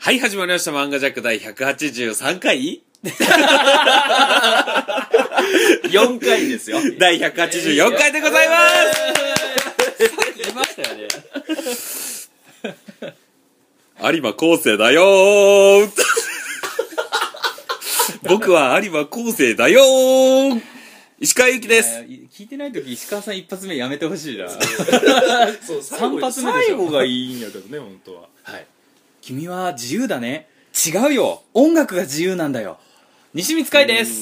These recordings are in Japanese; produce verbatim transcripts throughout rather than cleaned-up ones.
はい、始まりました。漫画ジャック第ひゃくはちじゅうさんかいよんかいですよ。 第ひゃくはちじゅうよんかいでございます。 さっき言いましたよね。 有馬昴生だよー僕は有馬昴生だよー石川由紀です。 聞いてないとき石川さん一発目やめてほしいな。 そう三発目でしょ。 最後がいいんやけどね、本当は。 はい。君は自由だね。違うよ。音楽が自由なんだよ。西光海です。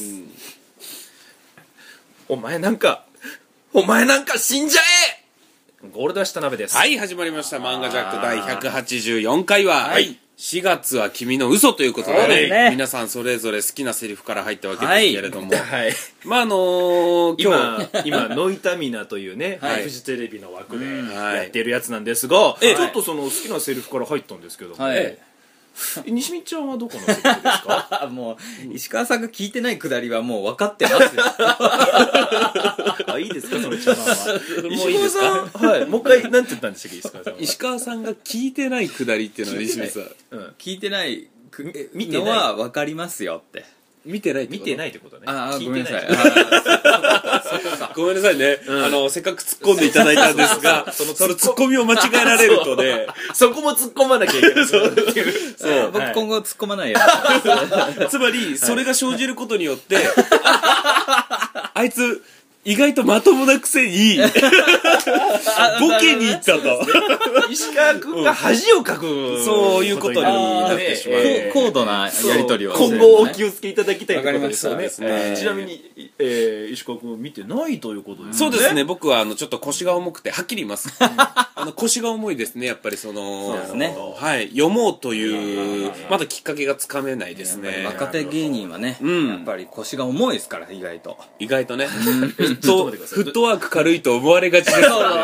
お前なんか、お前なんか死んじゃえ。ゴールド下鍋です。 はい、始まりました。漫画ジャック第ひゃくはちじゅうよんかいは、 はい、 しがつは君の嘘ということで ね, ね皆さんそれぞれ好きなセリフから入ったわけですけれども、 はい。 まああのー、今今、今、ノイタミナというね、 はい、 フジテレビの枠ではいやってるやつなんですが、はい、ちょっとその好きなセリフから入ったんですけども、 はい、 西見ちゃんはどこのセリフですか？ もう石川さんが聞いてないくだりはもう分かってますよ。 あ、いいですかその茶番は。 もういいですか？ はい、もう一回なんて言ったんでしたっけ、石川さんは。 石川さんが聞いてないくだりっていうのは西見さん、 うん、聞いてない見てないのは分かりますよって。 見てないって見てないってことね。 ああ、 聞いてごめんなさい。 ごめんなさいね、うん、あのせっかく突っ込んでいただいたんですがその突っ込みを間違えられるとねそこも突っ込まなきゃいけない。そうそう僕今後突っ込まないよ。 つまりそれが生じることによってあいつ意外とまともなくせにボケに行ったと石川君が恥をかく、 うん、そういうことになってしまう、 えー、高度なやり取りを、 今後お気をつけいただきたいということですよね。 ですね。 ちなみに、えー、石川君見てないということですね。 そうですね。僕はあのちょっと腰が重くてはっきり言います、うん、あの腰が重いですね。やっぱりそのそうですね、 はい、読もうというまだきっかけがつかめないですね。 若手芸人はね、うん、やっぱり腰が重いですから意外と意外とねとフットワーク軽いと思われがちです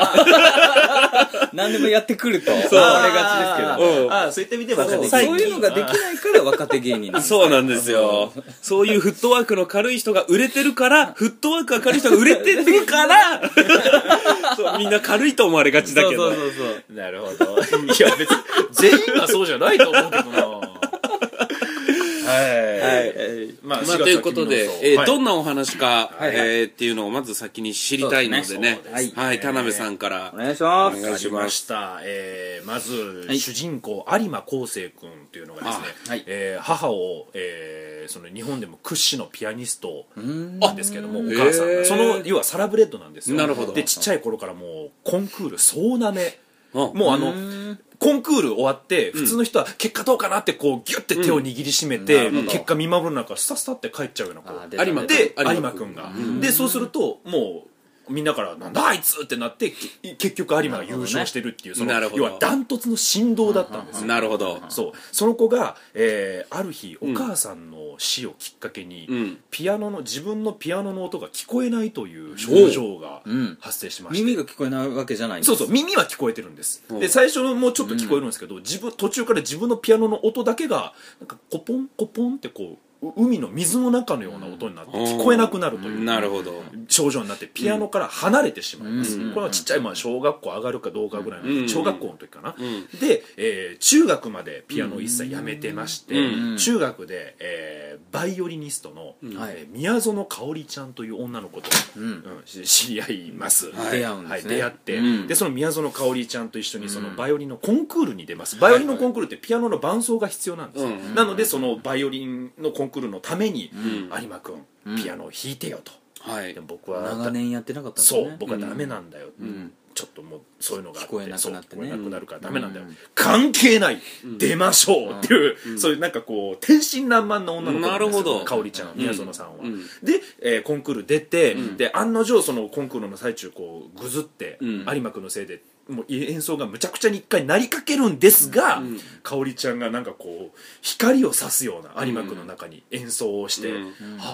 何でもやってくると思われがちですけど、 ああ、そういった意味で若手芸人、 そういうのができないから若手芸人なんです。 そうなんですよ。そういうフットワークの軽い人が売れてるからフットワークが軽い人が売れてるからそうみんな軽いと思われがちだけど。 そうそうそうそう。 なるほど。いや別に全員がそうじゃないと思うけどな。はい、 はいまあ、まあ、ということで、えーはい、どんなお話か、はい、えー、っていうのをまず先に知りたいのでね、はい、はい、田辺さんからお願いします。 お願いしました。えー、まず、はい、主人公有馬昴生君というのがですね、はい、えー、母を、えー、その日本でも屈指のピアニストなんですけども、お母さんがその要はサラブレッドなんですよ。 なるほど。 でちっちゃい頃からもうコンクール総なめ、もうあのコンクール終わって普通の人は結果どうかなってこうギュッて手を握りしめて、うん、結果見守る中スタスタって帰っちゃうような子有馬で有馬君がでそうするともうみんなからなんだあいつってなって結局有馬が優勝してるっていう、その要はダントツの神童だったんですよ。 なるほど。 そうその子が、えー、ある日お母さんの死をきっかけに、うん、ピアノの自分のピアノの音が聞こえないという症状が発生しまして、 うん、耳が聞こえないわけじゃないんです。 そうそう、耳は聞こえてるんです。で最初もうちょっと聞こえるんですけど、うん、自分途中から自分のピアノの音だけがなんかコポンコポンってこう海の水の中のような音になって聞こえなくなるという症状になってピアノから離れてしまいます、うん、これはちっちゃい、まあ、小学校上がるかどうかぐらいの小学校の時かな、うん、で、えー、中学までピアノを一切やめてまして、うん、中学で、えー、バイオリニストの、うん、えー、宮園香織ちゃんという女の子と、うんうん、知り合います、 はい、出会うんですね、 はい、出会って、うん、でその宮園香織ちゃんと一緒にそのバイオリンのコンクールに出ます。バイオリンのコンクールってピアノの伴奏が必要なんです、うん、なのでそのバイオリンのコンクールのために、うん、有馬君、うん、ピアノを弾いてよと、はい、でも僕は長年やってなかったんですね。 そう僕はダメなんだよ、うん、ちょっともうそういうのがあって聞こえなくなってね、 聞こえなくなるからダメなんだよ、うん、関係ない、うん、出ましょうっていう、うん、そういうなんかこう天真爛漫な女の子なんですよ、香織ちゃん、宮園さんは、うん、で、えー、コンクール出て、うん、で案の定そのコンクールの最中こうぐずって、うん、有馬君のせいでもう演奏がむちゃくちゃに一回なりかけるんですが、うん、香織ちゃんがなんかこう光を差すような有馬君の中に演奏をして、うん、あ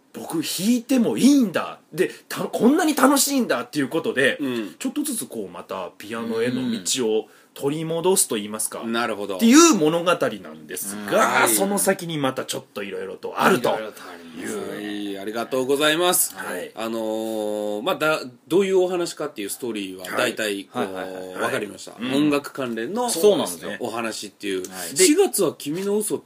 僕弾いてもいいんだでたこんなに楽しいんだっていうことで、うん、ちょっとずつこうまたピアノへの道を取り戻すと言いますか、 なるほどっていう物語なんですが、その先にまたちょっといろいろとあるという、 はい、ありがとうございます、 はい、 あのー、まあだどういうお話かっていうストーリーは大体こう、はいはいはいはい、分かりました、うん、音楽関連のお話っていう、はい、しがつは君の嘘って、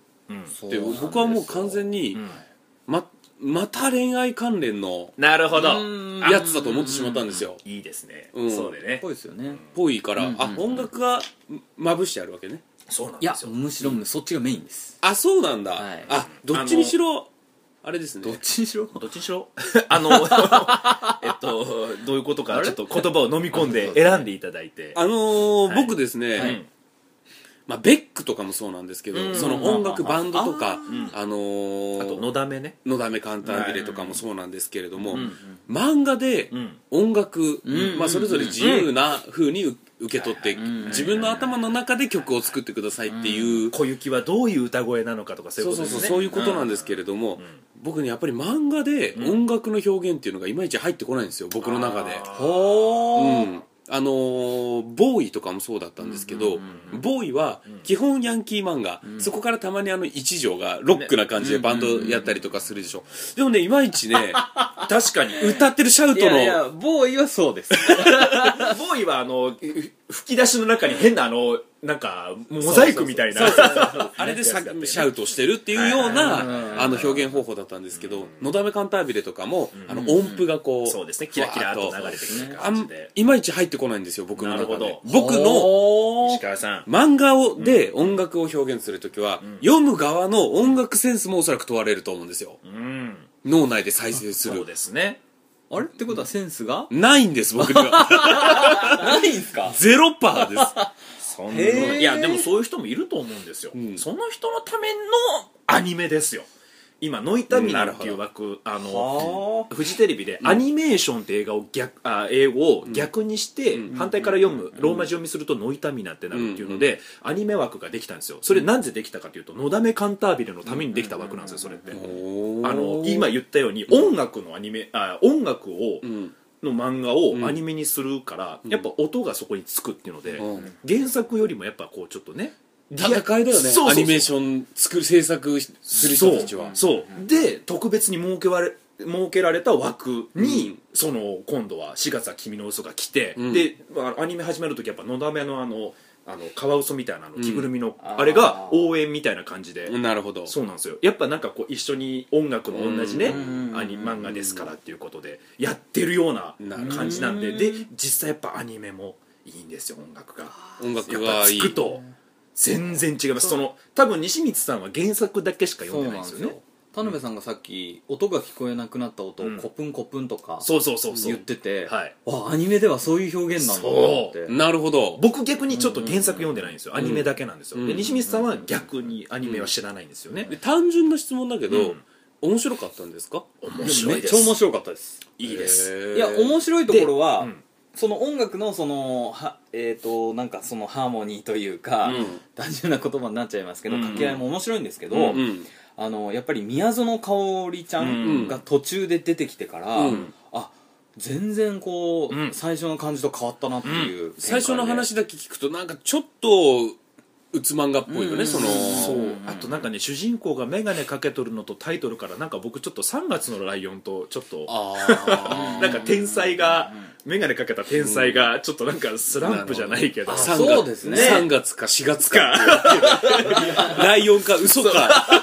うん、僕はもう完全に、うん、ままた恋愛関連のなるほどやつだと思ってしまったんですよ。 いいですね、うん、そうでねぽいですよね、 ぽいから、うんうんうん、あ音楽がまぶしてあるわけね。 そうなんですよ。 いやむしろそっちがメインです。 あそうなんだ、はい、あどっちにしろあれですね。 どっちにしろどっちにしろあのえっとどういうことかちょっと言葉を飲み込んで選んでいただいて、 あのーはい、僕ですね、はい、まあ、ベックとかもそうなんですけど、うん、その音楽バンドとか、あ、あのー、 あとのだめねのだめカンタービレとかもそうなんですけれども、うん、漫画で音楽、うん、まあ、それぞれ自由な風に受け取って、うん、自分の頭の中で曲を作ってくださいっていう、 うん、小雪はどういう歌声なのかとかそういうことですね。 そうそうそう、そういうことなんですけれども、うん、僕ねやっぱり漫画で音楽の表現っていうのがいまいち入ってこないんですよ、僕の中で。ほー、うん、あのー、ボーイとかもそうだったんですけど、うんうんうん、ボーイは基本ヤンキー漫画、うん、そこからたまにあの一条がロックな感じでバンドやったりとかするでしょ、ね、でもねいまいちね確かに歌ってるシャウトの、 いやいやボーイはそうですボーイはあの吹き出しの中に変なあのなんかモザイクみたいなあれでさシャウトしてるっていうようなあの表現方法だったんですけど、のだめカンタービレとかもあの音符がこう、 そうですね、キラキラと流れてくる感じでいまいち入ってこないんですよ僕の中で。 僕の石川さん漫画をで音楽を表現するときは、読む側の音楽センスもおそらく問われると思うんですよ、うん、脳内で再生する。 そうですね。 あれってことはセンスがないんです僕にはないんすか。 ゼロパーですそんないやでもそういう人もいると思うんですよ、うん、その人のためのアニメですよ。今ノイタミナっていう枠、あのフジテレビでアニメーションって映画を逆あ英語を逆にして反対から読む、ローマ字読みするとノイタミナってなるっていうのでアニメ枠ができたんですよ。それなんでできたかというとのだめカンタービレのためにできた枠なんですよそれって。あの今言ったように音楽のアニメあ音楽をの漫画をアニメにするから、やっぱ音がそこにつくっていうので、原作よりもやっぱこうちょっとね戦いだよね。アニメーション作る制作する人たちは。 そうそうで特別に設けられ設けられた枠に、うん、その今度はしがつは君の嘘が来て、うん、でアニメ始める時やっぱのだめのあのあのカワウソみたいなの着ぐるみの、うん、あれが応援みたいな感じで。 なるほど。 そうなんですよ。やっぱなんかこう一緒に音楽の同じね、アニ漫画ですからっていうことでやってるような感じなんで、で実際やっぱアニメもいいんですよ音楽が。 音楽がいい。 やっぱつくと全然違います。その多分西光さんは原作だけしか読んでないんですよね。 田辺さんがさっき音が聞こえなくなった音をコプンコプンとかそうそうそうそう言ってて、 はい、 あアニメではそういう表現なんだなって。 なるほど。 僕逆にちょっと原作読んでないんですよ、アニメだけなんですよ、うん、で西光さんは逆にアニメは知らないんですよね、 うん、単純な質問だけど、うん、面白かったんですか？ 面白いです。 めっちゃ面白かったです。 いいです。 いや面白いところは、うん、その音楽のそのはえっ、ー、となんかそのハーモニーというか、うん、単純な言葉になっちゃいますけど、うん、掛け合いも面白いんですけど、うんうん、あのやっぱり宮園香織ちゃんが途中で出てきてから、うん、あ全然こう、うん、最初の感じと変わったなっていう、うん、 最初の話だけ聞くとなんかちょっとうつ漫画っぽいよね、うん、そのそうあとなんかね主人公が眼鏡かけとるのとタイトルからなんか僕ちょっとさんがつのライオンとちょっとあなんか天才が眼鏡かけた天才がちょっとなんかスランプじゃないけど、 そうですね、 さんがつかしがつかライオンか嘘か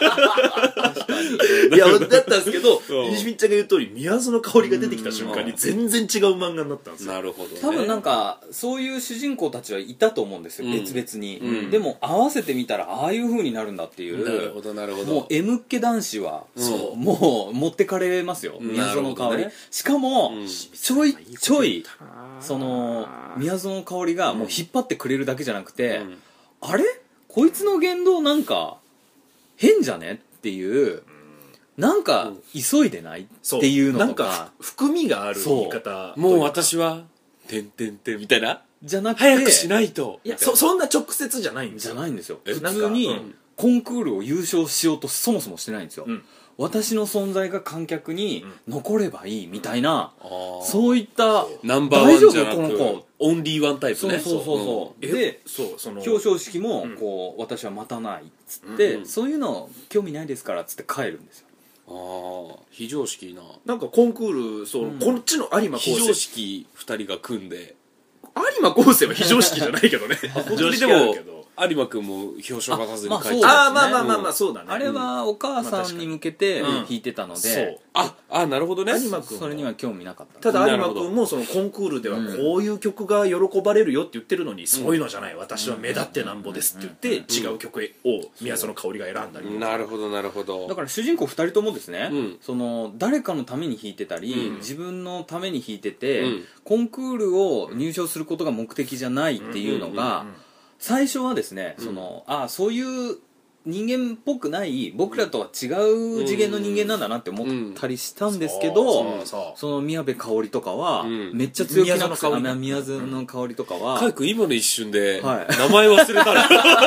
いやだったんですけど西光ちゃんが言う通り宮園香織が出てきた瞬間に全然違う漫画になったんですよ。 なるほど、ね、 多分なんかそういう主人公たちはいたと思うんですよ、うん、別々に、うん、でも合わせてみたらああいう風になるんだっていう。 なるほどなるほど。 もう M っ気男子は、うん、そうもう持ってかれますよ、宮園香織、ね、しかも、うん、ちょいちょいその宮園香織がもう引っ張ってくれるだけじゃなくて、うん、あれこいつの言動なんか変じゃねっていう、なんか急いでないっていうのとか、なんか含みがある言い方、 もう私はてんてんてんみたいなじゃなくて早くしないと、 いや そ, そんな直接じゃないんですよ。 じゃないんですよ。普通にコンクールを優勝しようとそもそもしてないんですよ、うん、 私の存在が観客に残ればいいみたいな、 うん、 そういったナンバーワンじゃなく大丈夫この子オンリーワンタイプね。 そうそうそうそう、 うん、 でそうその表彰式もこう、うん、私は待たないっつって、うん、そういうの興味ないですからっつって帰るんですよ。 ああ非常識な。 なんかコンクールそう、うん、こっちの有馬高生非常識ふたりが組んで、 有馬高生は非常識じゃないけどね本当にでも有馬君も表彰がさずに帰って、 ああまあまあまあまあそうだね、 あれはお母さんに向けて弾いてたので、 ああなるほどね。 有馬君それには興味なかった。 ただ有馬君もそのコンクールではこういう曲が喜ばれるよって言ってるのに、そういうのじゃない、私は目立ってなんぼですって言って違う曲を宮園香織が選んだり。 なるほどなるほど。 だから主人公ふたりともですね、その誰かのために弾いてたり自分のために弾いてて、コンクールを入賞することが目的じゃないっていうのが最初はですね、そのあそういう人間っぽくない僕らとは違う次元の人間なんだなって思ったりしたんですけど、うんうん、そ, その宮部香織とかは、うん、めっちゃ強気なくて、宮園の香りとかはカイ君今の一瞬で、はい、名前忘れたら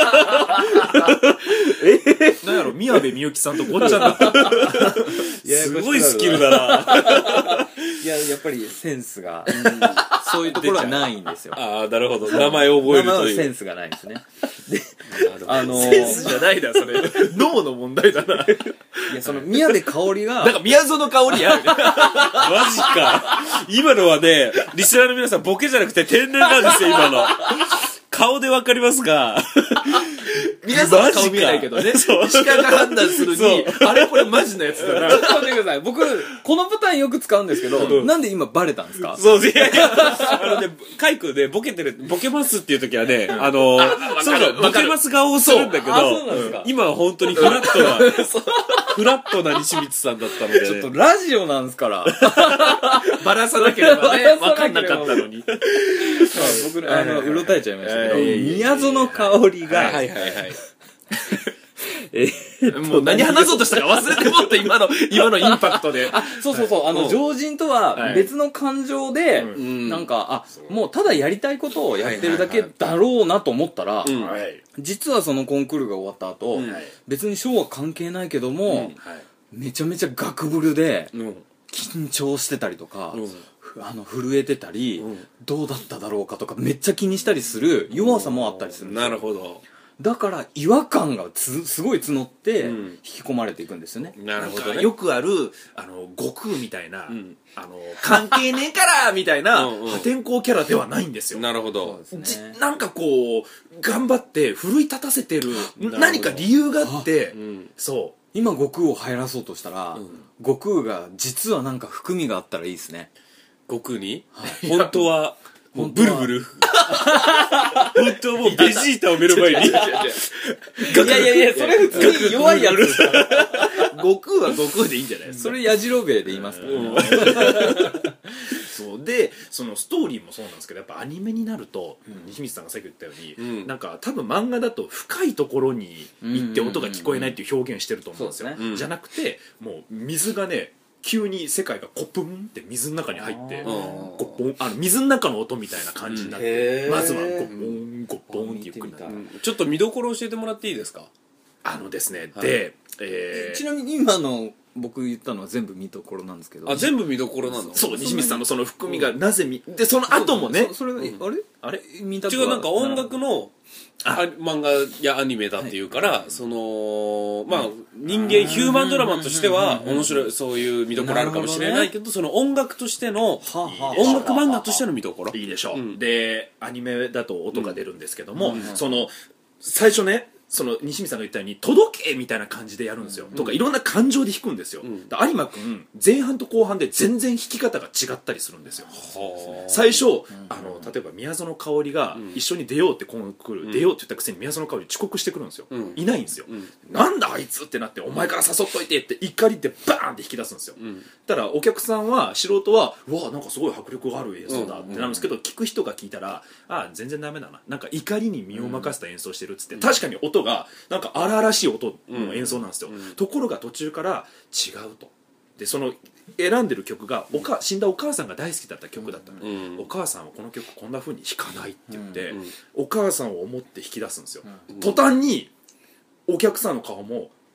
えー、なんやろ宮部みゆきさんとごっちゃになったすごいスキルだないややっぱりセンスが、うん、そういうところはないんですよ。 ああなるほど、名前を覚えるというセンスがないんですね。であのー、センスじゃないなそれ脳の問題だな。 いやその宮部香織がなんか宮園香織やる、ね、マジか。今のはねリスナーの皆さんボケじゃなくて天然なんですよ今の。顔でわかりますか？ 皆さん顔見ないけどね。石川が判断するに、あれこれマジのやつだな。 ちょっと待ってください。僕、この舞台よく使うんですけど、うん、なんで今バレたんですか？ そう、いやいや、あのね、カイ君ね、ボケてる、ボケますっていう時はね、あの、そうそう、ボケます顔をするんだけど、今は本当にフラットな、フラットな西光さんだったので、ね。 ちょっとラジオなんですから。 バラさなければね、わかんなかったのに。 僕、あの、うろたえちゃいましたけど、宮園香織が、 はいはいはい。 えもう何話そうとしたか忘れてもった今の今のインパクトで。 あ、そうそうそう、あの常人とは別の感情で、なんかあもうただやりたいことをやってるだけだろうなと思ったら、実はそのコンクールが終わった後、別に賞は関係ないけども、めちゃめちゃガクブルで緊張してたりとか。あの震えてたり、うん、どうだっただろうかとかめっちゃ気にしたりする弱さもあったりするんですよ。 なるほど。 だから違和感がつすごい募って引き込まれていくんですよね。 うん、なるほどね。よくあるあの悟空みたいな、うん、あの関係ねえからみたいなうん、うん、破天荒キャラではないんですよ。 なるほど。 ね、なんかこう頑張って奮い立たせてる何か理由があって、うん、そう今悟空を入らそうとしたら、うん、悟空が実はなんか含みがあったらいいですね。 悟空に、はい、本当はもうブルブル本当はもうベジータを目の前にいやいやいやそれ普通に弱いやつですから悟空は悟空でいいんじゃないですか。 それやじろべえで言いますからね、うん、 そうでそのストーリーもそうなんですけどやっぱアニメになると、うん、西光さんがさっき言ったように、うん、なんか多分漫画だと深いところに行って音が聞こえないっていう表現してると思うんですよ、うんうんうん、じゃなくてもう水がね急に世界がコプンって水の中に入ってゴッポンあの水の中の音みたいな感じになって、うん、まずはゴッポンゴッポンってゆっくりなる、うん、 ちょっと見どころ教えてもらっていいですか。 あのですね、はい、で、えー、ちなみに今の僕言ったのは全部見どころなんですけど。 あ全部見どころなの。 そう西光さんのその含みがなぜみでその後もねそ, それ、うん、あれあれ見たくは違うなんか音楽のあ漫画やアニメだっていうから、はい、そのまあ人間ヒューマンドラマとしては面白いそういう見どころあるかもしれないけど、ね、その音楽としての、はあはあ、音楽漫画としての見どころいいでしょう、うん、でアニメだと音が出るんですけども、うん、その最初ねその西見さんが言ったように届けみたいな感じでやるんですよ、うん、とかいろんな感情で弾くんですよ、うん、有馬くん前半と後半で全然弾き方が違ったりするんですよ、うん、最初、うん、あの例えば宮園香織が一緒に出ようってこの来る、うん、出ようって言ったくせに宮園香織遅刻してくるんですよ、うん、いないんですよ、うん、なんだあいつってなってお前から誘っといてって怒りってバーンって引き出すんですよ、うん、ただお客さんは素人はうわなんかすごい迫力がある演奏だってなるんですけど、うん、聞く人が聞いたらあ全然ダメだななんか怒りに身を任せた演奏してるっつって、うん、確かに音がなんか荒々しい音の演奏なんですよ、うん、ところが途中から違うとでその選んでる曲がおか死んだお母さんが大好きだった曲だったので、うん、お母さんはこの曲こんな風に弾かないって言って、うん、お母さんを思って弾き出すんですよ、うん、途端にお客さんの顔も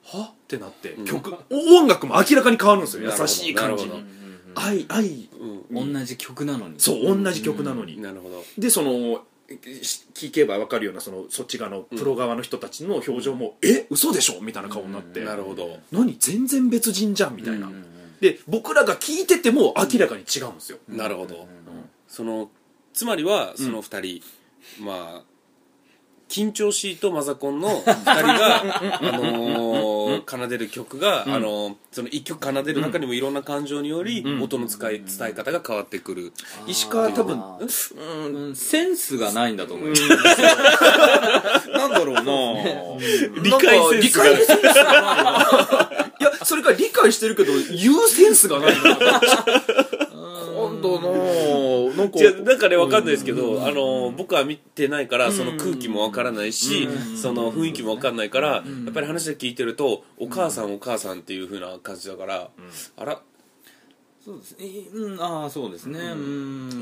はってなって、うん、曲音楽も明らかに変わるんですよ。優しい感じに愛愛、 うん、同じ曲なのにそう同じ曲なのに、 うん、なるほど。 でその聞けば分かるようなそのそっち側のプロ側の人たちの表情も、うん、え嘘でしょみたいな顔になって、 うん、なるほど。 何全然別人じゃんみたいな、うん、で僕らが聞いてても明らかに違うんですよ、 うん、なるほど、うん、そのつまりはそのふたり、うん、まあ緊張しいとマザコンのふたりが、あのー、奏でる曲が、うん、あのー、そのいっきょく奏でる中にもいろんな感情により、うん、音の使い伝え方が変わってくる。 石川多分、 うん、センスがないんだと思う、うん、 なんだろうな理解センスがないいやそれから理解してるけど言うセンスがないんだ今度のなんか違うなんかね分かんないですけど、うん、あの僕は見てないからその空気も分からないし、うん、その雰囲気も分かんないから、うん、やっぱり話で聞いてるとお母さんお母さんっていう風な感じだから、うん、あらそうですね、うん、ああそうですね、うん、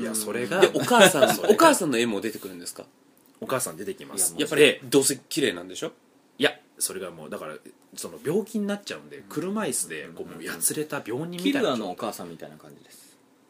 いやそれがでお母さんお母さんの絵も出てくるんですか？ お母さん出てきます。 やっぱりどうせ綺麗なんでしょ？ いやそれがもうだからその病気になっちゃうんで車椅子でこうもうやつれた病人みたいな、 キルアのお母さんみたいな感じです。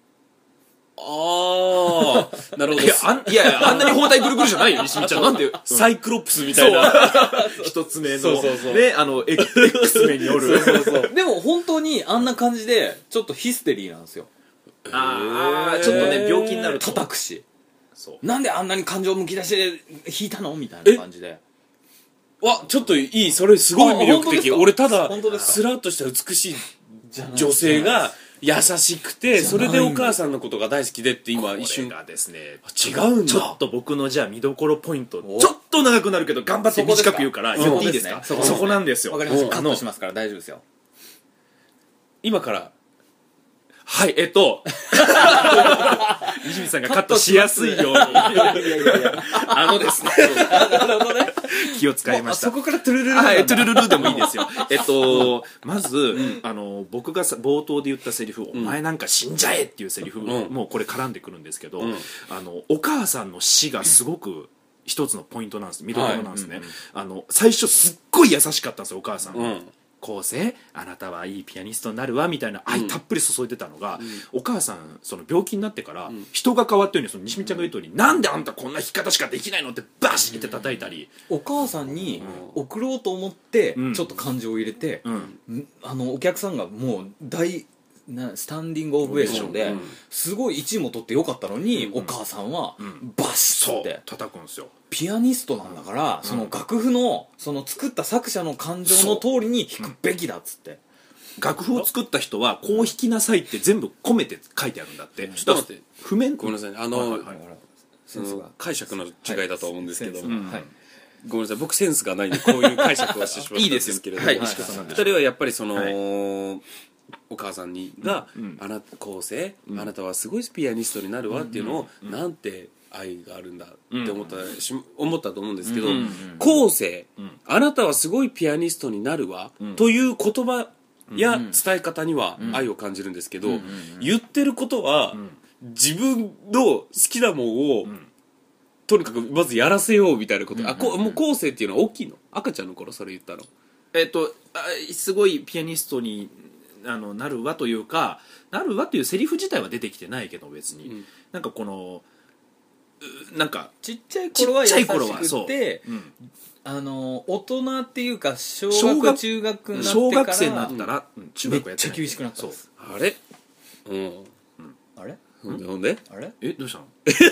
ああなるほど。 いやあんいやいやあんなに包帯ぐるぐるじゃないよ西見ちゃんなんで、うん、 サイクロプスみたいな一つ目のそうそうそうねあの X 目によるそうそうそうでも本当にあんな感じでちょっとヒステリーなんですよ。 ああちょっとね病気になると叩くしそうなんであんなに感情むき出しで弾いたのみたいな感じでわちょっといいそれすごい魅力的。俺ただスラッとした美しい女性が優しくてそれでお母さんのことが大好きでって今一瞬がですね違うんだ。 ちょっと僕のじゃあ見どころポイントちょっと長くなるけど頑張って短く言うから言っていいですか？そこなんですよ。 わかりました。カットしますから大丈夫ですよ。 今からはいえっと西水さんがカットしやすいようにあのですねなるほどね気を使いました。 そこからトゥルルルはいトゥルルルでもいいですよえっとまず、うん、あの僕が冒頭で言ったセリフ、うん、お前なんか死んじゃえっていうセリフ、うん、もうこれ絡んでくるんですけど、うん、あのお母さんの死がすごく一つのポイントなんです。見どころなんですね、はいうんうん、あの最初すっごい優しかったんですよお母さん、うん昴生あなたはいいピアニストになるわみたいな愛たっぷり注いでたのが、うん、お母さんその病気になってから、うん、人が変わったようにその西見ちゃんが言う通り、うん、なんであんたこんな弾き方しかできないのってバシッって叩いたり、 うん、お母さんに送ろうと思ってちょっと感情を入れて、うん、あのお客さんがもう大なスタンディングオベーションで、うん、すごい位置も取ってよかったのに、うん、お母さんはバシッって叩くんですよ。 ピアニストなんだから、うん、その楽譜のその作った作者の感情の通りに弾くべきだっつって、 うん、楽譜を作った人はこう弾きなさいって全部込めて書いてあるんだって、うん、 ちょっと待って譜面ごめんなさいねあの、はいはいはい、その解釈の違いだと思うんですけど、はいはい、ごめんなさい僕センスがないんでこういう解釈はしてしまったんですけれども、 いいですよ、はい、 ふたりはやっぱりその、はいお母さんにが、うん、あなた昴生、うん、あなたはすごいピアニストになるわっていうのを、うん、なんて愛があるんだって思った、うん、し思ったと思うんですけど昴生、うん、あなたはすごいピアニストになるわ、うん、という言葉や伝え方には愛を感じるんですけど、うん、言ってることは、うん、自分の好きなものを、うん、とにかくまずやらせようみたいなこと、うん、あこもう昴生っていうのは大きいの赤ちゃんの頃それ言ったのえっとあすごいピアニストにあのなるわというかなるわというセリフ自体は出てきてないけど別に、うん、なんかこのなんかちっちゃい頃は優しくて、うん、あの大人っていうか小学中学になってから小学生になったら、 うん、中学やってめっちゃ厳しくなったんですあれうん、うん、 あれほんでほんであれえどうしたの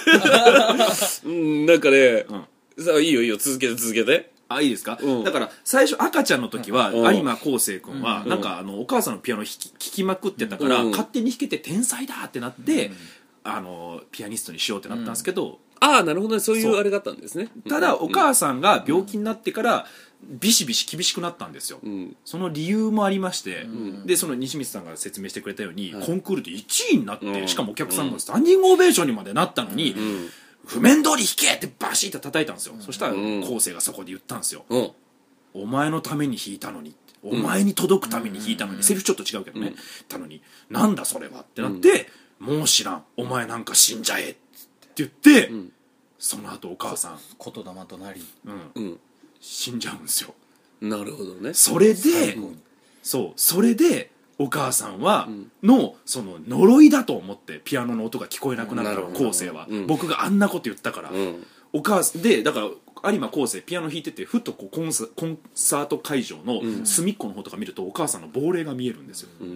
うんなんかね、うん、さあいいよいいよ続けて続けてあいいですか、うん、だから最初赤ちゃんの時は、うん、有馬昴生君は、うん、なんかあのお母さんのピアノ弾き聴きまくってたから、うん、勝手に弾けて天才だってなって、うん、あのピアニストにしようってなったんですけど、うん、 ああなるほどねそういうあれがあったんですね。 ただお母さんが病気になってからビシビシ厳しくなったんですよ、うん、その理由もありまして、うん、でその西光さんが説明してくれたように、うん、コンクールでいちいになって、うん、しかもお客さんがスタンディングオベーションにまでなったのに、うん、譜面通り弾けってバシッと叩いたんですよ、うん、そしたら昴生がそこで言ったんですよ、うんお前のために弾いたのにお前に届くために弾いたのに、うん、セリフちょっと違うけどね、うん、たのになんだそれはってなって、うん、もう知らんお前なんか死んじゃえって言って、うん、その後お母さん言霊となり、 うんうん、死んじゃうんですよ。 なるほどね。 それでそうそれでお母さんは、うん、のその呪いだと思ってピアノの音が聞こえなくなったの昴生は、うん、僕があんなこと言ったから、うん、お母さんでだから有馬昴生ピアノ弾いててふっとこうコンサ、コンサート会場の隅っこの方とか見るとお母さんの亡霊が見えるんですよ、うん、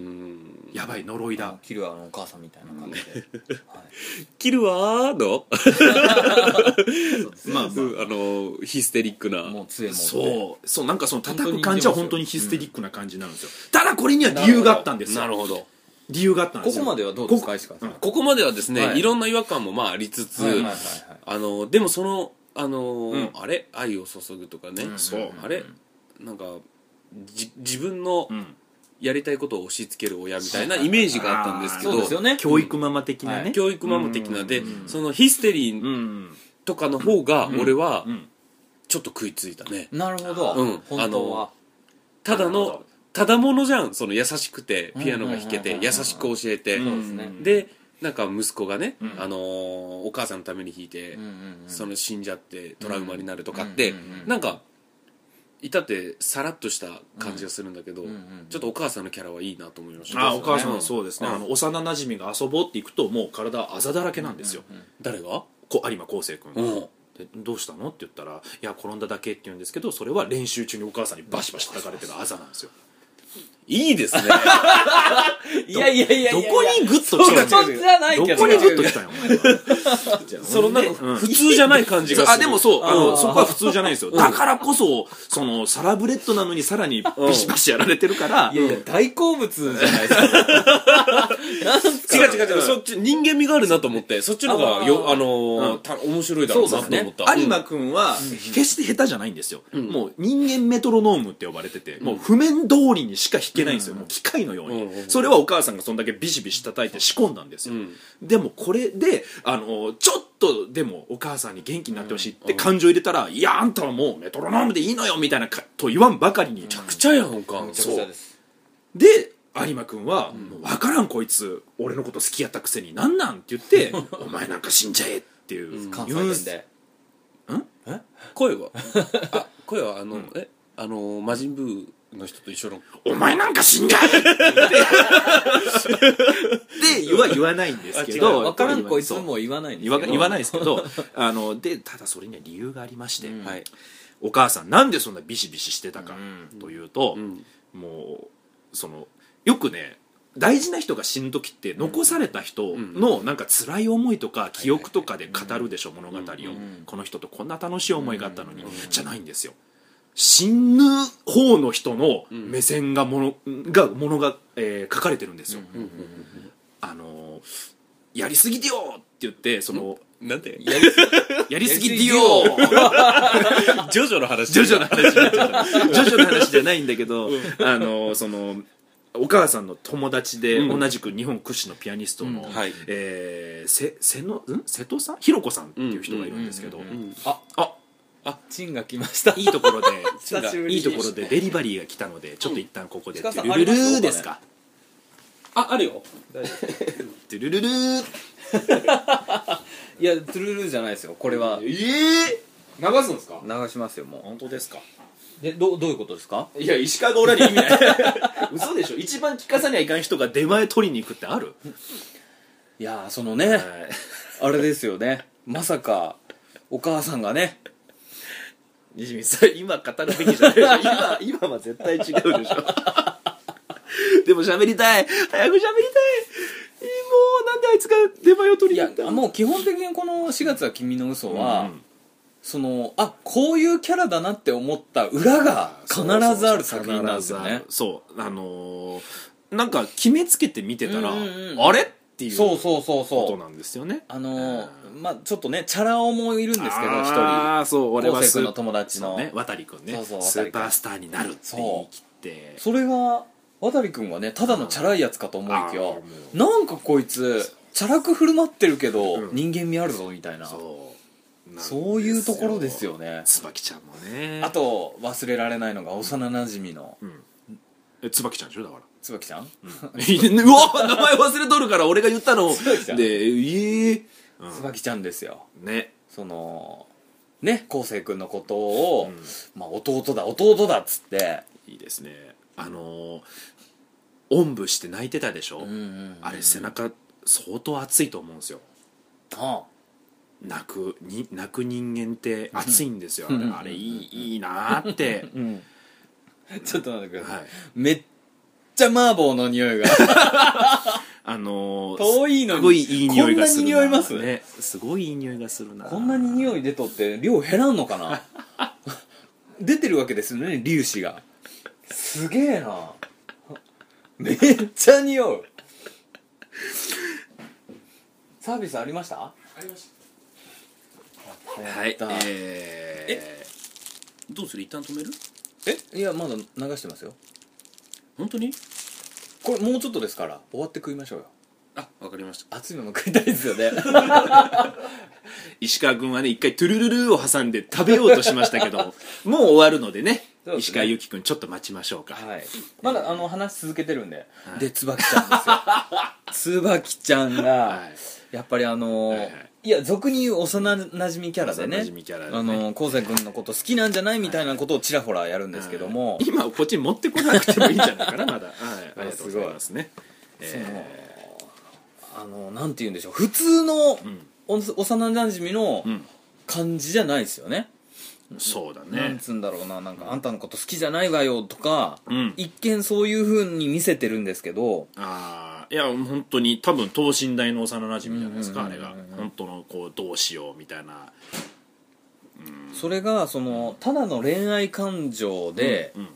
やばい呪いだ。 キルアのお母さんみたいな感じで、はい、 キルアのまあ、まあ、あのヒステリックなもう杖持ってそうそうなんかその叩く感じは本当にヒステリックな感じなんですよ、うん、ただこれには理由があったんですよ。 なるほど理由があったんですよ。 ここまではどうですか石川さん、うん、 ここまではですね、はい、いろんな違和感もまあありつつ、はいはいはいはい、あのでもそのあのーうん、あれ愛を注ぐとかね、うん、そうあれなんかじ自分のやりたいことを押し付ける親みたいなイメージがあったんですけど、 そうですよね、 教育ママ的なね、 はい、教育ママ的なで、うん、そのヒステリーとかの方が俺はちょっと食いついたね、 うん、なるほど、うん、本当はただのただものじゃん、その優しくてピアノが弾けて優しく教えて、うん、でなんか息子がね、うん、あのー、お母さんのために弾いて、うんうんうん、その死んじゃってトラウマになるとかって、うんうんうん、なんかいたってさらっとした感じがするんだけど、うんうんうん、ちょっとお母さんのキャラはいいなと思いました、ね、 あお母さんはそうですね、うん、あの幼なじみが遊ぼうって行くともう体あざだらけなんですよ、うんうんうん、 誰がこ有馬昴生君、うん、でどうしたのって言ったらいや転んだだけって言うんですけどそれは練習中にお母さんにバシバシ叩かれてるあざなんですよ。 いいですねいやいやいやいやどこにグッと来たのじゃないけどどこにグッと来たのそのなんか普通じゃない感じがする。 あでもそうあのそこは普通じゃないんですよ。だからこそそのサラブレッドなのにさらにビシバシやられてるからいやいや大好物じゃないですか違う違う違うそっち人間味があるなと思ってそっちの方がよあの面白いだろうなと思った。 有馬君は決して下手じゃないんですよ。もう人間メトロノームって呼ばれててもう譜面通りにしか弾けないんですよ、うん、もう機械のように、うんうん、それはお母さんがそんだけビシビシ叩いて仕込んだんですよ、うん、でもこれであのちょっとでもお母さんに元気になってほしいって感情入れたら、うん、いやあんたはもうメトロノームでいいのよみたいなと言わんばかりにめちゃくちゃやんか。 そうで有馬君は、うん、もう分からんこいつ俺のこと好きやったくせになんなんって言ってお前なんか死んじゃえっていう、 うん、関西弁でんえ声はあ声はあの、うん、えあの魔人ブーの人と一緒のお前なんか死んじゃえって言わ言わないんですけど分からんこいつも言わないんですけど言わないですけどあのでただそれには理由がありまして、うんはい、お母さんなんでそんなビシビシしてたかというと、うん、もうそのよくね大事な人が死ぬ時って残された人のなんか辛い思いとか記憶とかで語るでしょ物語をこの人とこんな楽しい思いがあったのにじゃないんですよ。死ぬ方の人の目線がものがものが、えー、書かれてるんですよ。あのー、やりすぎてよって言ってそのなんでやりやりすぎてよジョジョの話ジョジョの話ジョジョの話じゃないんだけど、うん、あのー、そのお母さんの友達で同じく日本屈指のピアニストの、うんはいえー、せせのん瀬戸さんひろこさんっていう人がいるんですけど、 あああ、チンが来ました。 いいところでいいところでデリバリーが来たのでちょっと一旦ここでトゥルルルーですか。 あ、あるよ。 大丈夫。トゥルルルーいやトゥルルルじゃないですよ。これはええー、流すんですか。 流しますよもう。 本当ですか。 でどどういうことですか。 いや石川がおらに意味ない嘘でしょ。一番聞かさにはいかん人が出前取りに行くってある。 いやそのね、はい、あれですよね。まさかお母さんがね西光さん今語るべきじゃないでしょ今, 今は絶対違うでしょでも喋りたい早く喋りたいもうなんであいつが出前を取りに行ったの。 いやもう基本的にこのしがつは君の嘘は、うん、そのあこういうキャラだなって思った裏が必ずある作品なんですよね。 そうあのー、なんか決めつけて見てたら、うんうんうん、あれっていうそうそうそうそうことなんですよね。 あのー、まあちょっとねチャラ男もいるんですけど一人ああそう俺は昴生君の友達のね渡君ねそうそうスーパースターになるって言い切ってそれが渡君はねただのチャラいやつかと思いきやなんかこいつチャラく振る舞ってるけど、うん、人間味あるぞみたいなそうそういうところですよね。 椿ちゃんもね。あと忘れられないのが幼なじみの、うん、 え椿ちゃんでしょだから椿ちゃん、うん、 うわ名前忘れとるから俺が言ったのでええ椿ちゃんですよね。 そのね昴生君のことを、うんまあ、弟だ弟だっつっていいですね。あのー、おんぶして泣いてたでしょ、うんうんうん、あれ背中相当熱いと思うんですよ。ああ泣くに泣く人間って熱いんですよ、うん、あれあれいいいいなって、うん、 ちょっと待ってください、はい、めっちゃ麻婆の匂いがあのー、 遠いのにすごいいい匂いがするな。 こんなに匂います、 ね、すごいいい匂いがするな。 こんなに匂い出とって量減らんのかな出てるわけですよね粒子が。すげえなめっちゃ匂う。サービスありました？ありました。 はい、えー、えどうする？一旦止める？ えいやまだ流してますよ。 本当に？ これもうちょっとですから終わって食いましょうよ。 あ、わかりました。 熱いもの食いたいですよね石川君はね一回トゥルルルを挟んで食べようとしましたけどもう終わるので ね, でね石川由紀君ちょっと待ちましょうか。 はい、まだあの話続けてるんで、はい、で椿ちゃんですよ椿ちゃんが、はい、やっぱりあのーはいはい、いや俗に言う幼なじみキャラでね昴生君のこと好きなんじゃないみたいなことをちらほらやるんですけども、 はい、今こっちに持ってこなくてもいいんじゃないかなまだ、はい、ありがとうございますね。 えーあのなんて言うんでしょう普通の、うん、幼なじみの感じじゃないですよね、 うん、そうだね。 なんつうんだろうな、なんかあんたのこと好きじゃないわよとか、うん、一見そういう風に見せてるんですけど、 ああいや本当に多分等身大の幼なじみじゃないですか、あれが本当のこうどうしようみたいな、 うん、それがそのただの恋愛感情で、うん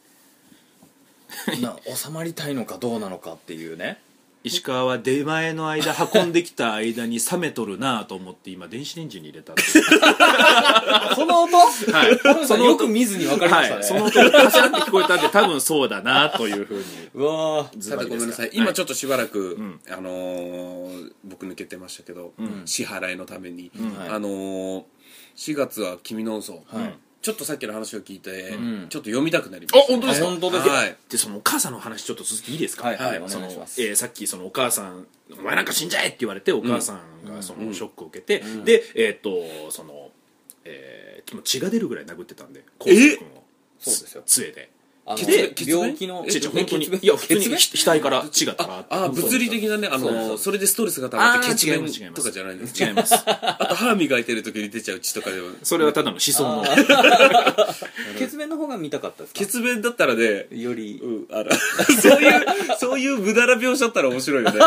うん、な収まりたいのかどうなのかっていうね。 石川は出前の間運んできた間に冷めとるなと思って今電子レンジに入れたってその音、はい、そのよく見ずに分かりましたね、はい、 その音がカシャンって聞こえたんで多分そうだなというふうにうわさてごめんなさい今ちょっとしばらく、はい、あのー、僕抜けてましたけど、うん、支払いのために、うん、あのー、しがつは君の嘘、はいちょっとさっきの話を聞いて、うん、ちょっと読みたくなりました。 あ、本当ですか？ 本当ですか？ はい。で、そのお母さんの話ちょっと続きいいですか？ はい、はい、 その、えー、さっきそのお母さん、お前なんか死んじゃえって言われて、お母さんがそのショックを受けて、うん、で、えっ、ー、と、その、えー、血が出るぐらい殴ってたんで、昴生君を。 そうですよ。 杖で。 で病気の血本当にいや普通に額から血がたらああ物理的なねあのそれでストレスがたまって血便とかじゃないんです違いますあと歯磨いてる時に出ちゃう血とかでもそれはただの思想の血便の方が見たかったですか？ 血便だったらねよりうんあらそういうそういう無駄な描写だったら面白いよね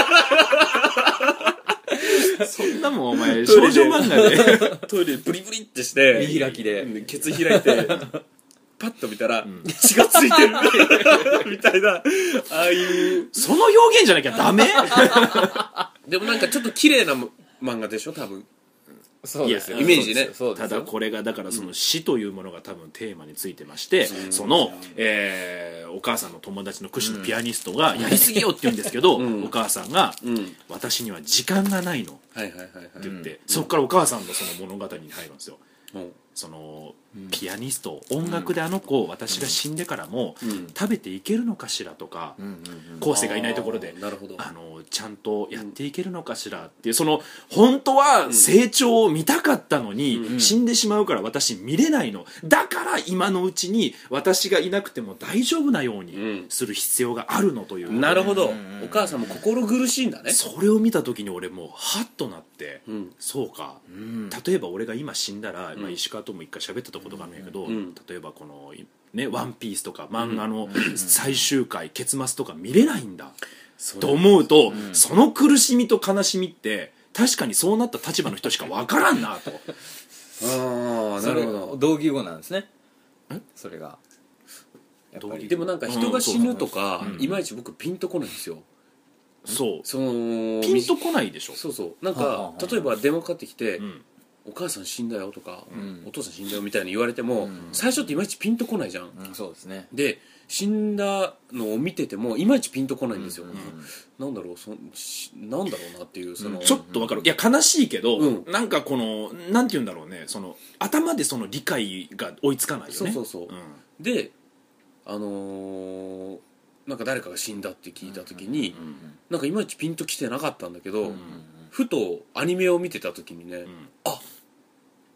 そんなもんお前少女漫画でトイレでブリブリってして見開きでケツ開いてパッと見たら、うん、血がついてるみたいなああいうその表現じゃなきゃダメでもなんかちょっと綺麗な漫画でしょ多分そうですよイメージね。 ただこれがだからその死というものが多分テーマについてまして、うん、その、えー、お母さんの友達の屈指のピアニストがやりすぎよって言うんですけど、うん、お母さんが、うん、私には時間がないのって言って、そこからお母さんのその物語に入るんですよ、うん、そのピアニスト音楽であの子、うん、私が死んでからも、うん、食べていけるのかしらとか昴生がいないところでなるほどあのちゃんとやっていけるのかしらっていうその本当は成長を見たかったのに、うん、死んでしまうから私見れないのだから今のうちに私がいなくても大丈夫なようにする必要があるのという、 うん、なるほど、お母さんも心苦しいんだね。 それを見た時に俺もうハッとなって、うん、そうか、うん、例えば俺が今死んだら、まあ、石川とも一回喋ったことがあるんやけど、うん、例えばこのね、ワンピースとか漫画の最終回、結末とか見れないんだ、うん、と思うと、うん、その苦しみと悲しみって確かにそうなった立場の人しか分からんなとああなるほど同義語なんですねそれがやっぱりでもなんか人が死ぬとか、うん、いまいち僕ピンとこないんですよ。 そうそのピンとこないでしょ。 そうそうなんか、はあはあ、例えば電話かかってきて、うんお母さん死んだよとか、うん、お父さん死んだよみたいに言われても、うん、最初っていまいちピンとこないじゃん、 うん、そうですね。 で死んだのを見ててもいまいちピンとこないんですよ、うんうん、なんだろうそなんだろうなっていうその、 うん、ちょっとわかる。いや悲しいけど、うん、なんかこのなんて言うんだろうねその頭でその理解が追いつかないよね。 そうそうそう、うん、であのー、なんか誰かが死んだって聞いた時に、うんうんうん、なんかいまいちピンときてなかったんだけど、うんうんうん、ふとアニメを見てた時にね、うん、あ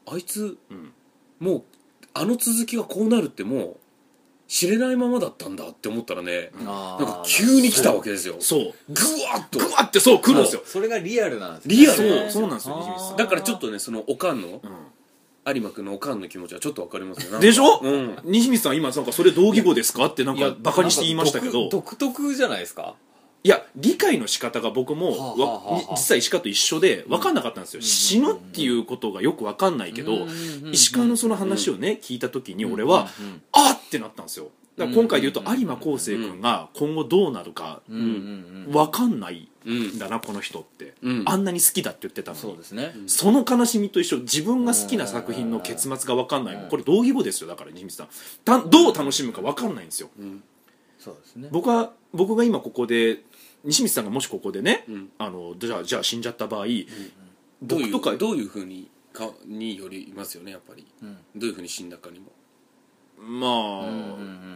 あいつ、 うん、 もうあの続きがこうなるってもう知れないままだったんだって思ったらね、なんか急に来たわけですよ。 そうグワッとグワッてそう来るんですよ。 それがリアルなんですね。 リアルそうそうなんですよ西光さん。 だからちょっとねそのおかんの、 うん有馬君のおかんの気持ちはちょっとわかりますよ。 でしょ、 うん、 西光さん今なんかそれ同義語ですかってなんかバカにして言いましたけど、 独特じゃないですか。 いや理解の仕方が僕も、はあはあはあ、実は石川と一緒で分かんなかったんですよ、うん、死ぬっていうことがよく分かんないけど、うん、石川のその話をね、うん、聞いた時に俺は、うん、あっってなったんですよ。だから今回で言うと有馬昴生君が今後どうなるか分かんないんだなこの人って、うん、あんなに好きだって言ってたのに、 そうですね、 その悲しみと一緒、自分が好きな作品の結末が分かんないの、これ同義語ですよ。だから西光さんたどう楽しむか分かんないんですよ、うん、 そうですね。 僕は僕が今ここで西光さんがもしここでね、うん、あのじゃあじゃあ死んじゃった場合、うん、 僕とかどういうふうにかによりますよねやっぱり、うん、どういうふうに死んだかにもまあ、うんうんうん、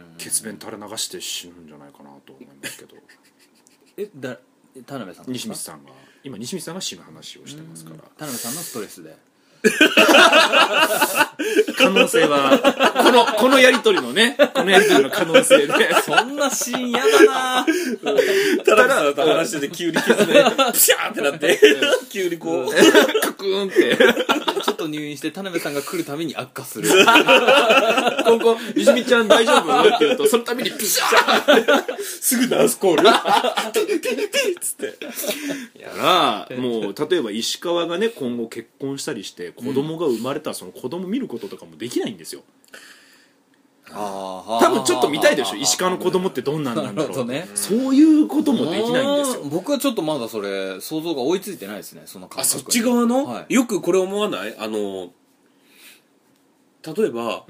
血便垂れ流して死ぬんじゃないかなと思いますけどえだ田辺さん西光さんが今西光さんが死ぬ話をしてますから、 田辺さんのストレスで可能性はこのこのやり取りのねこのやり取りの可能性でそんなシーン嫌だな田辺さんと話してて急に傷でプシャーってなって急にこうカクーンってちょっと入院して田辺さんが来るために悪化するここ西見ちゃん大丈夫って言うとそのためにプシャーすぐナースコールピピピピッつってやらもう例えば石川がね今後結婚したりして子供が生まれたらその子供見ることとかもできないんですよ、うん、多分ちょっと見たいでしょ石川の子供ってどんなんなんだろう、ね、そういうこともできないんですよ。 僕はちょっとまだそれ想像が追いついてないですねその感覚。 あそっち側の、はい、よくこれ思わないあの例えば、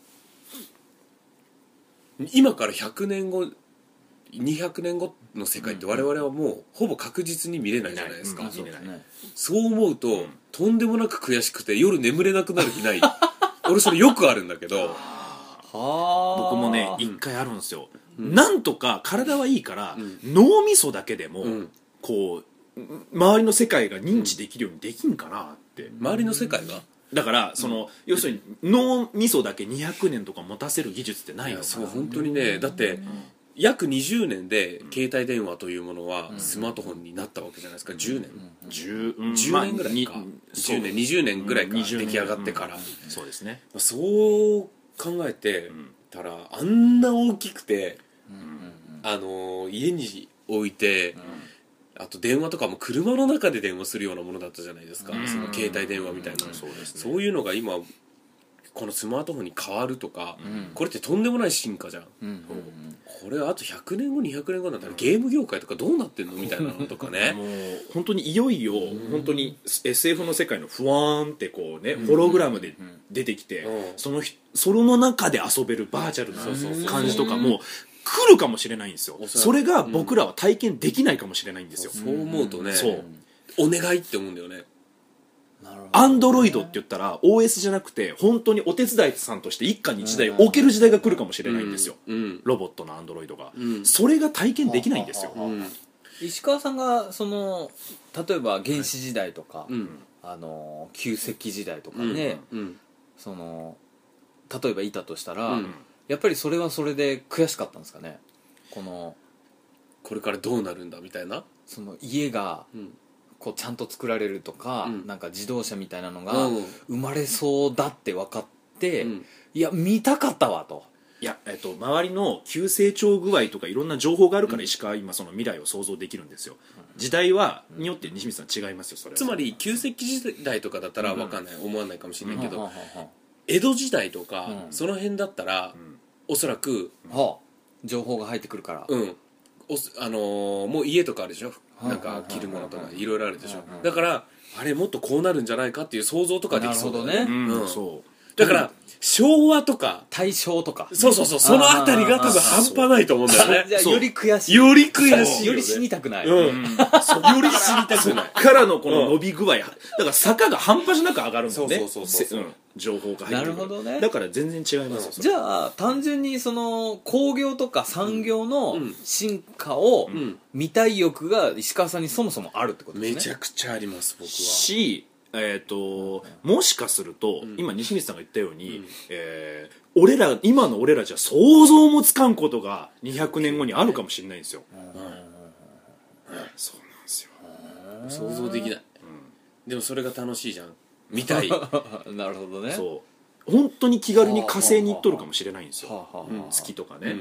うん、今からひゃくねんごにひゃくねんごの世界って我々はもうほぼ確実に見れないじゃないですか、うんうん、そう思うと、うん、とんでもなく悔しくて夜眠れなくなる日ない俺それよくあるんだけど僕もね一回あるんですよ、うん、なんとか体はいいから、うん、脳みそだけでも、うん、こう周りの世界が認知できるようにできんかなって、 うん、周りの世界がだからその、うん、要するに脳みそだけにひゃくねんとか持たせる技術ってないのかな。 そう本当にねだって、うん約にじゅうねんで携帯電話というものはスマートフォンになったわけじゃないですか。じゅうねん、うん、じゅう、じゅうねんぐらいか、まあ、じゅうねんにじゅうねんぐらいか出来上がってから、うん、 そうですね。 そう考えてたらあんな大きくて、うん、あの家に置いて、うん、あと電話とかも車の中で電話するようなものだったじゃないですか、うん、その携帯電話みたいな、うん、そうですね、そういうのが今このスマートフォンに変わるとか、うん、これってとんでもない進化じゃん、うんうんうん、これあとひゃくねんごにひゃくねんごだったらゲーム業界とかどうなってんのみたいなのとかねもう本当にいよいよ本当に エスエフ の世界のふわーんってこうね、ホログラムで出てきて、うん、そのその中で遊べるバーチャルな感じとかも来るかもしれないんですよ。それが僕らは体験できないかもしれないんですよ、 うん、そう思うとね、そうお願いって思うんだよね。 アンドロイドって言ったら オーエス じゃなくて本当にお手伝いさんとして一家に一台置ける時代が来るかもしれないんですよ、うんうん、ロボットのアンドロイドが、うん、それが体験できないんですよ、うん、 石川さんがその例えば原始時代とか、はい、あの旧石器時代とかね、うんうん、その例えばいたとしたら、うん、やっぱりそれはそれで悔しかったんですかね。このこれからどうなるんだみたいな、 その家が、うんこうちゃんと作られるとか、うん、なんか自動車みたいなのが生まれそうだって分かって、うん、いや見たかったわと。 いや、えっと、周りの急成長具合とかいろんな情報があるから石川は今その未来を想像できるんですよ、うん、時代はによって西光さん違いますよそれは。 つまり旧石器時代とかだったら分かんない、うん、思わないかもしれないけど、うん、江戸時代とか、うん、その辺だったら、うん、おそらく、 うん、情報が入ってくるから、 うんおあのー、もう家とかあるでしょ、なんか着るものとかいろいろあるでしょ、だからあれもっとこうなるんじゃないかっていう想像とかできそうだね。なるほどね、うん、そうだから、うん、昭和とか大正とかそうそうそうそのあたりが多分半端ないと思うんだよね。 じゃあより悔しいより悔しいより死にたくない、 うん、より死にたくないからのこの伸び具合、だから坂が半端じゃなく上がるんだよね。 そうそうそうそう、うん情報が入ってくる。 なるほどね。 だから全然違いますよ、 うん、じゃあ単純にその工業とか産業の進化を見たい欲が石川さんにそもそもあるってことですね。 めちゃくちゃあります僕は。 しえっともしかすると、今西光さんが言ったように、えー俺ら今の俺らじゃ想像もつかんことがにひゃくねんごにあるかもしれないんですよ。そうなんですよ。 想像できない、でもそれが楽しいじゃんみたいなるほどね。 そう本当に気軽に火星に行っとるかもしれないんですよ、月とかね。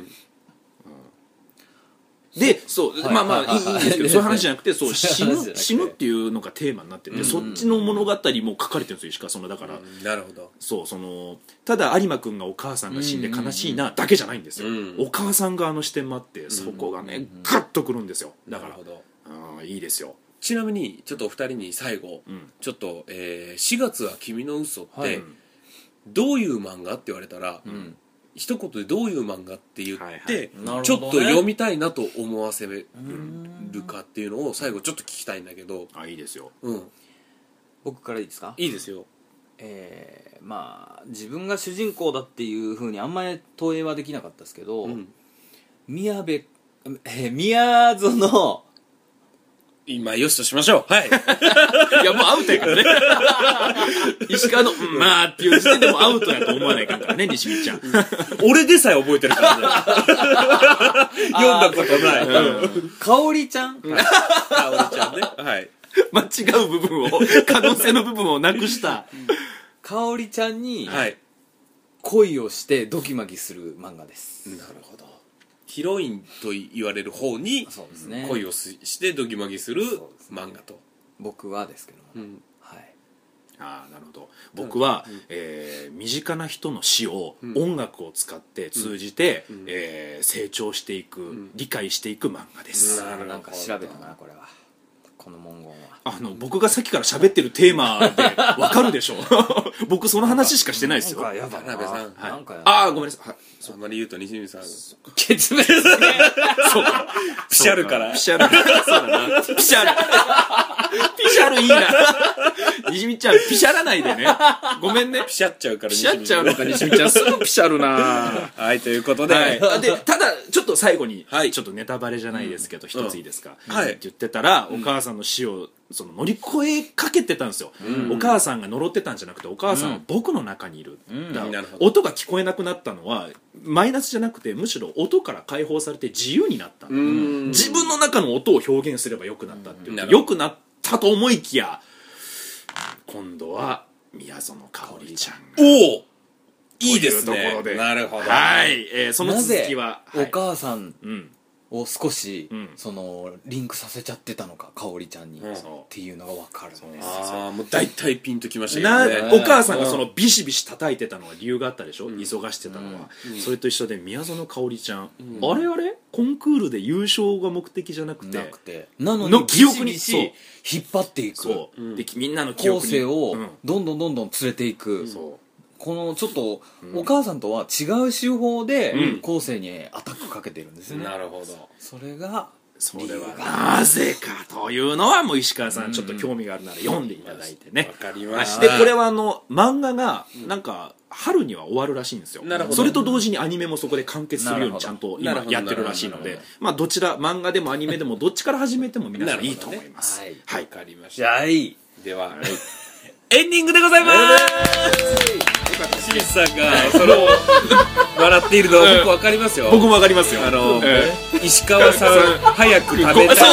でそう、まあまあいいんですけど、そういう話じゃなくて、そう死ぬ死ぬっていうのがテーマになってて、そっちの物語も書かれてるんですよ、石川。そのだから、 なるほど。 そうそのただ有馬君がお母さんが死んで悲しいなだけじゃないんですよ。お母さん側の視点もあって、そこがねガッとくるんですよ。だからあいいですよ。 ちなみにちょっとお二人に最後、ちょっと、えー、しがつは君の嘘ってどういう漫画って言われたら、一言でどういう漫画って言って、はいはい、ちょっと読みたいなと思わせるかっていうのを最後ちょっと聞きたいんだけど。 あ、いいですよ、 うん、 僕からいいですか？ いいですよ。 えー、まあ自分が主人公だっていうふうにあんまり投影はできなかったですけど、うん、宮部、えー、宮園今よしとしましょう。はいいやもうアウトやからね石川の「まあ」っていう時点でもアウトやと思わないかんからね、西見ちゃん俺でさえ覚えてるからね読んだことない、 うん、かおりちゃんかおりちゃんね、はい、 間違う部分を可能性の部分をなくしたかおりちゃんに恋をしてドキマギする漫画です。 なるほど。ヒロインと言われる方に恋をしてドギマギする漫画と、 僕はですけども、うん、はい。 ああなるほど。僕は、うんえー、身近な人の死を音楽を使って通じて、うんえー、成長していく、うん、理解していく漫画です。 ななんか調べたかなこれは。この文言はあの僕がさっきから喋ってるテーマで分かるでしょ僕その話しかしてないですよ。 なんかやだな。田辺さん、 はい、なんかやだ。ああごめんなさい、はい、 あんまり言うと西見さん決別ねそうかピシャルからピシャルそうだなピシャルピシャルいいな西見ちゃんピシャらないでね、ごめんね。 ピシャっちゃうからピシャっちゃうのか西見ちゃんすぐピシャるなはいということで、はい、 でただちょっと最後に、はい、ちょっとネタバレじゃないですけど一、うん、ついいですか、うん、はいって言ってたら、うん、お母さんの死をその乗り越えかけてたんですよ、うん、お母さんが呪ってたんじゃなくてお母さんは僕の中にいる、うん、だから音が聞こえなくなったのはマイナスじゃなくてむしろ音から解放されて自由になった、うん、自分の中の音を表現すればよくなったっていう、うん、よくなったと思いきや今度は宮園かおりちゃんがおおいいですね。 ところでなるほど。 はい、えー、その続きはお母さん、はいを少し、うん、そのリンクさせちゃってたのかかおりちゃんに、うん、っていうのが分かるんですよ。 ああもう大体ピンときましたけどね。お母さんがそのビシビシ叩いてたのは理由があったでしょ、うん、忙してたのは、うん、それと一緒で宮園かおりちゃん、うん、あれあれコンクールで優勝が目的じゃなくてなくてなのに記憶に引っ張っていく、 そう、うん、でみんなの記憶に後世をどんどんどんどん連れていく、うん、そうこのちょっとお母さんとは違う手法で後世にアタックかけてるんですよね、 うん、なるほど。 それがそれはなぜかというのはもう石川さんちょっと興味があるなら読んでいただいてね。 わかりました。 でこれはあの漫画がなんか春には終わるらしいんですよ。なるほど。それと同時にアニメもそこで完結するようにちゃんと今やってるらしいので、まあどちら漫画でもアニメでもどっちから始めても皆さんいいと思います。 ね、はい。わかりました。 じゃあいい。 では、はい、エンディングでございます。清水さんがその笑っているのは僕分かりますよ。 僕も分かりますよ。 あの、えー、石川さん早く食べたい。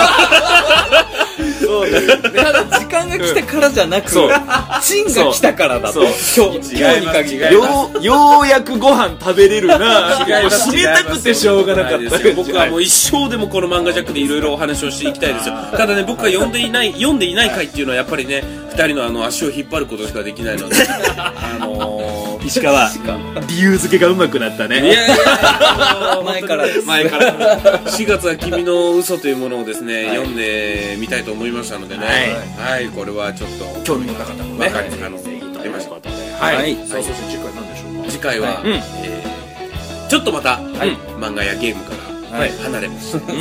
そうだただ時間が来たからじゃなくチンが来たからだと。今日今日に限りようようやくご飯食べれるな。締めたくてしょうがなかった。 僕はもう一生でもこの漫画ジャックでいろいろお話をしていきたいですよ。ただね僕が読んでいない読んでいない回っていうのはやっぱりねふたりのあの足を引っ張ることしかできないのであのー、石川理由付けがうまくなったね。いやいやいや前からです前からしがつは君の嘘というものをですね、はい、読んでみたいと思いましたのでね、はい、はい、これはちょっと興味の方もね、 分かりあの出ました。 はい、はい、さあそして次回何でしょうか。 次回は、うんえー、ちょっとまた、はい、漫画やゲームから、はい、離れました、うん、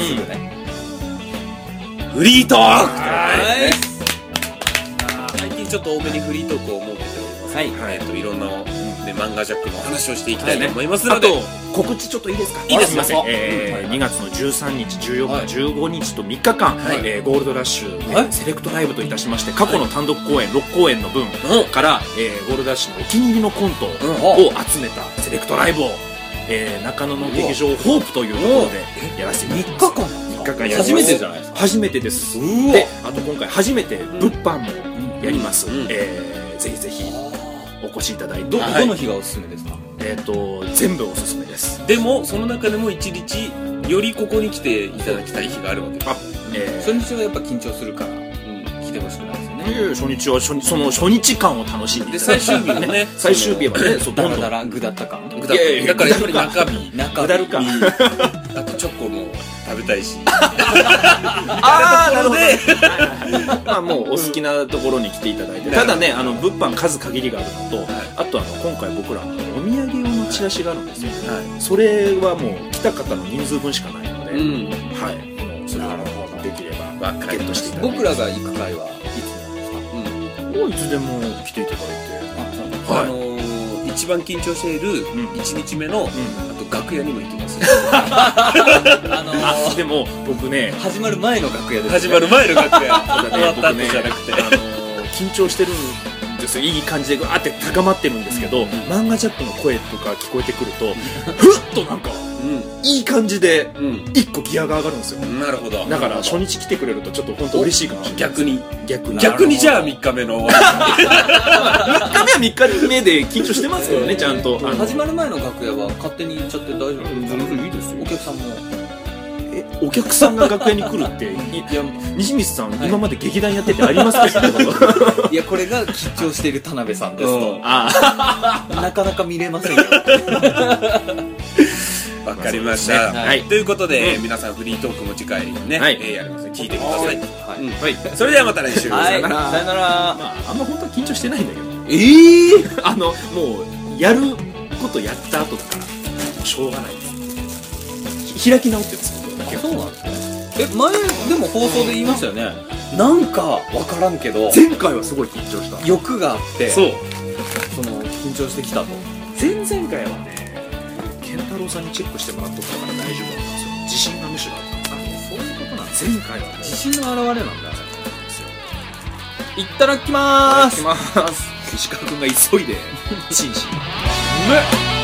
フリートーク、はい、最近ちょっと多めにフリートークを設けておりますね、 はいえー、といろんな、ね、漫画ジャックのお話をしていきたいと思いますので、 あと告知ちょっといいですか。 いいですすいません、 よえーにがつのじゅうさんにちじゅうよっか、 はいじゅうごにちとみっかかん、 はいえーゴールドラッシュ、 はいセレクトライブといたしまして、過去の単独公演ろっこうえんの分から、えーゴールドラッシュのお気に入りのコントを集めたセレクトライブを、えー中野の劇場ホープというところでやらせていただきます。 みっかかんみっかかんやります。 初めてじゃないですか。 初めてです。 うわで、あと今回初めて物販もやります、 うんえーぜひぜひお越しいただいて、 どはいどの日がおすすめですか？ えー、と全部おすすめです。 でもその中でも一日よりここに来ていただきたい日があるわけです。 あ、えー初日はやっぱ緊張するから、うん、来てほしくないですよね。 いやいや初日は初日その初日間を楽しんでいでただ最いて終日もね最終日はねそうどんどんダラダラグだった感。 ぐだいやいやいやだからやっぱり中身中ぐだるかあとチョコも食べたいしあーなるほどでまあもうお好きなところに来ていただいて、ただねあの物販数限りがあるのと、あとあの今回僕らあのお土産用のチラシがあるんですよ、それはもう来た方の人数分しかないので、 うんはいもうそれはできればわかりましたゲットしていただいて、 僕らが行く会はいつなんですか？ もういつでも来ていただいて、はいあのー一番緊張しているうんいちにちめの、 んあと楽屋にも行きますあのあーでも僕ね始まる前の楽屋ですね。 始まる前の楽屋ただ終わった後僕ねじゃなくて、 あのー緊張してるんですよ。いい感じでガーって高まってるんですけど、漫画ジャックの声とか聞こえてくるとふっとなんかいい感じでうんうん一個ギアが上がるんですよ。 なるほど。 だから初日来てくれるとちょっと本当嬉しいかもしれない。 逆に逆に逆にじゃあみっかめのみっかめはみっかめで緊張してますけどね、ちゃんと。あの始まる前の楽屋は勝手に行っちゃって大丈夫？ 全然いいですよお客さんも。 えお客さんが楽屋に来るっていいや西光さん、 はい今まで劇団やっててありますけどいやこれが緊張している田辺さんですと。 あなかなか見れませんよ。 わかりました、 あはいということで、 うん皆さんフリートークも次回ね、 はいえーやりますので聞いてください、 はい。 うんはい、それではまた来週、 はい。さよさよならなら。 まああんま本当は緊張してないんだけどええ。 あのもうやることやった後だからしょうがないですひ開き直ってるんですよあ、そうなんですね。え、前でも放送で言いましたよね。なんかわからんけど前回はすごい緊張した欲があって、 そうその緊張してきたと。 前々回はね健太郎さんにチェックしてもらっとったから大丈夫だったんですよ。自信がむしろあったんですよ。そういうことなんです。前回はね自信の表れなんだ。 ですよ。 いただきまーす。 いただきます石川君が急いでチンチンうめっ